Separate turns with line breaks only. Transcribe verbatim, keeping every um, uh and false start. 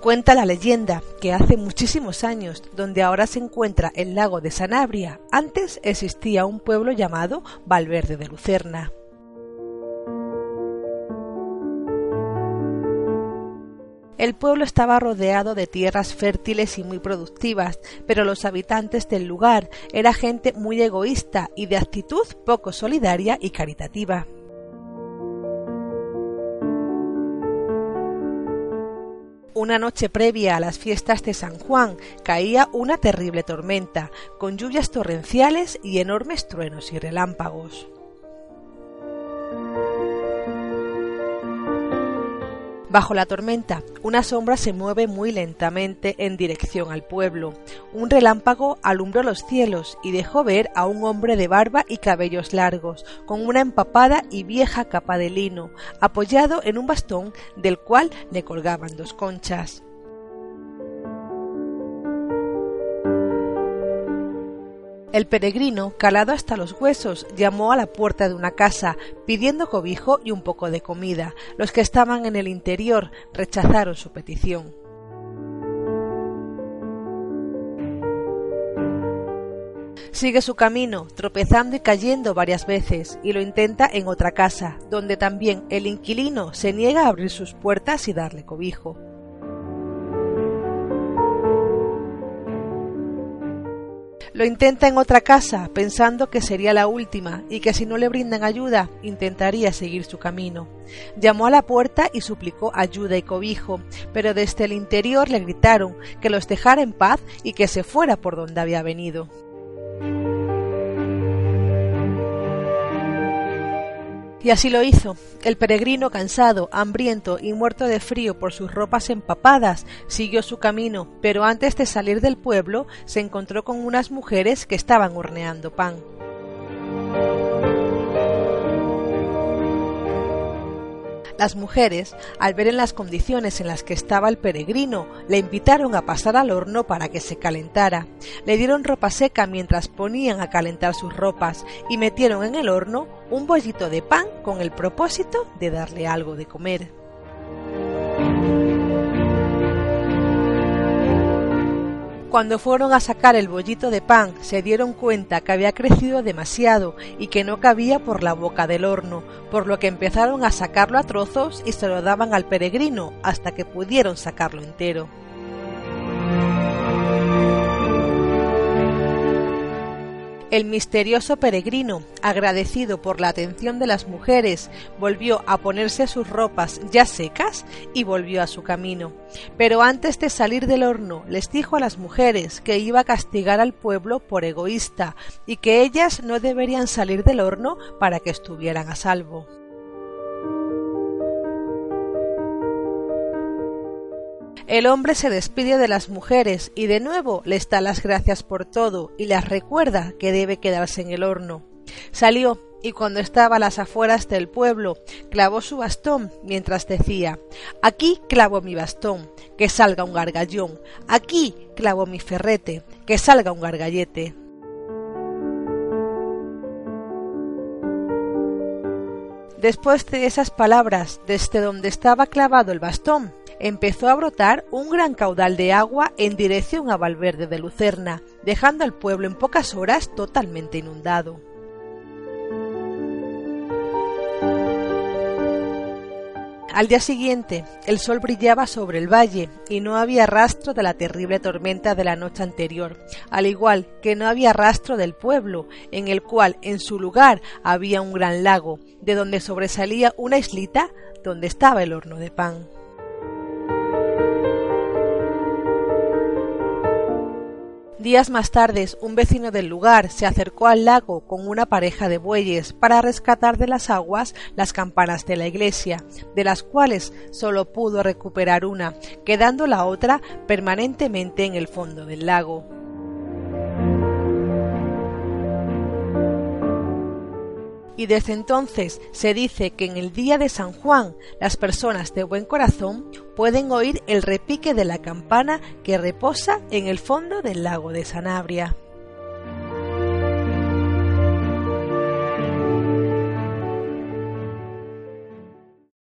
Cuenta la leyenda que hace muchísimos años, donde ahora se encuentra el lago de Sanabria, antes existía un pueblo llamado Valverde de Lucerna. El pueblo estaba rodeado de tierras fértiles y muy productivas, pero los habitantes del lugar eran gente muy egoísta y de actitud poco solidaria y caritativa. Una noche previa a las fiestas de San Juan caía una terrible tormenta, con lluvias torrenciales y enormes truenos y relámpagos. Bajo la tormenta, una sombra se mueve muy lentamente en dirección al pueblo. Un relámpago alumbró los cielos y dejó ver a un hombre de barba y cabellos largos, con una empapada y vieja capa de lino, apoyado en un bastón del cual le colgaban dos conchas. El peregrino, calado hasta los huesos, llamó a la puerta de una casa, pidiendo cobijo y un poco de comida. Los que estaban en el interior rechazaron su petición. Sigue su camino, tropezando y cayendo varias veces, y lo intenta en otra casa, donde también el inquilino se niega a abrir sus puertas y darle cobijo. Lo intenta en otra casa, pensando que sería la última y que si no le brindan ayuda, intentaría seguir su camino. Llamó a la puerta y suplicó ayuda y cobijo, pero desde el interior le gritaron que los dejara en paz y que se fuera por donde había venido. Y así lo hizo. El peregrino, cansado, hambriento y muerto de frío por sus ropas empapadas, siguió su camino, pero antes de salir del pueblo se encontró con unas mujeres que estaban horneando pan. Las mujeres, al ver en las condiciones en las que estaba el peregrino, le invitaron a pasar al horno para que se calentara. Le dieron ropa seca mientras ponían a calentar sus ropas y metieron en el horno un bollito de pan con el propósito de darle algo de comer. Cuando fueron a sacar el bollito de pan, se dieron cuenta que había crecido demasiado y que no cabía por la boca del horno, por lo que empezaron a sacarlo a trozos y se lo daban al peregrino hasta que pudieron sacarlo entero. El misterioso peregrino, agradecido por la atención de las mujeres, volvió a ponerse sus ropas ya secas y volvió a su camino. Pero antes de salir del horno, les dijo a las mujeres que iba a castigar al pueblo por egoísta y que ellas no deberían salir del horno para que estuvieran a salvo. El hombre se despide de las mujeres y de nuevo les da las gracias por todo y les recuerda que debe quedarse en el horno. Salió y cuando estaba a las afueras del pueblo, clavó su bastón mientras decía: «Aquí clavo mi bastón, que salga un gargallón. Aquí clavo mi ferrete, que salga un gargallete». Después de esas palabras, desde donde estaba clavado el bastón, empezó a brotar un gran caudal de agua en dirección a Valverde de Lucerna, dejando al pueblo en pocas horas totalmente inundado. Al día siguiente, el sol brillaba sobre el valle y no había rastro de la terrible tormenta de la noche anterior, al igual que no había rastro del pueblo, en el cual en su lugar había un gran lago, de donde sobresalía una islita donde estaba el horno de pan. Días más tarde, un vecino del lugar se acercó al lago con una pareja de bueyes para rescatar de las aguas las campanas de la iglesia, de las cuales solo pudo recuperar una, quedando la otra permanentemente en el fondo del lago. Y desde entonces se dice que en el día de San Juan las personas de buen corazón pueden oír el repique de la campana que reposa en el fondo del lago de Sanabria.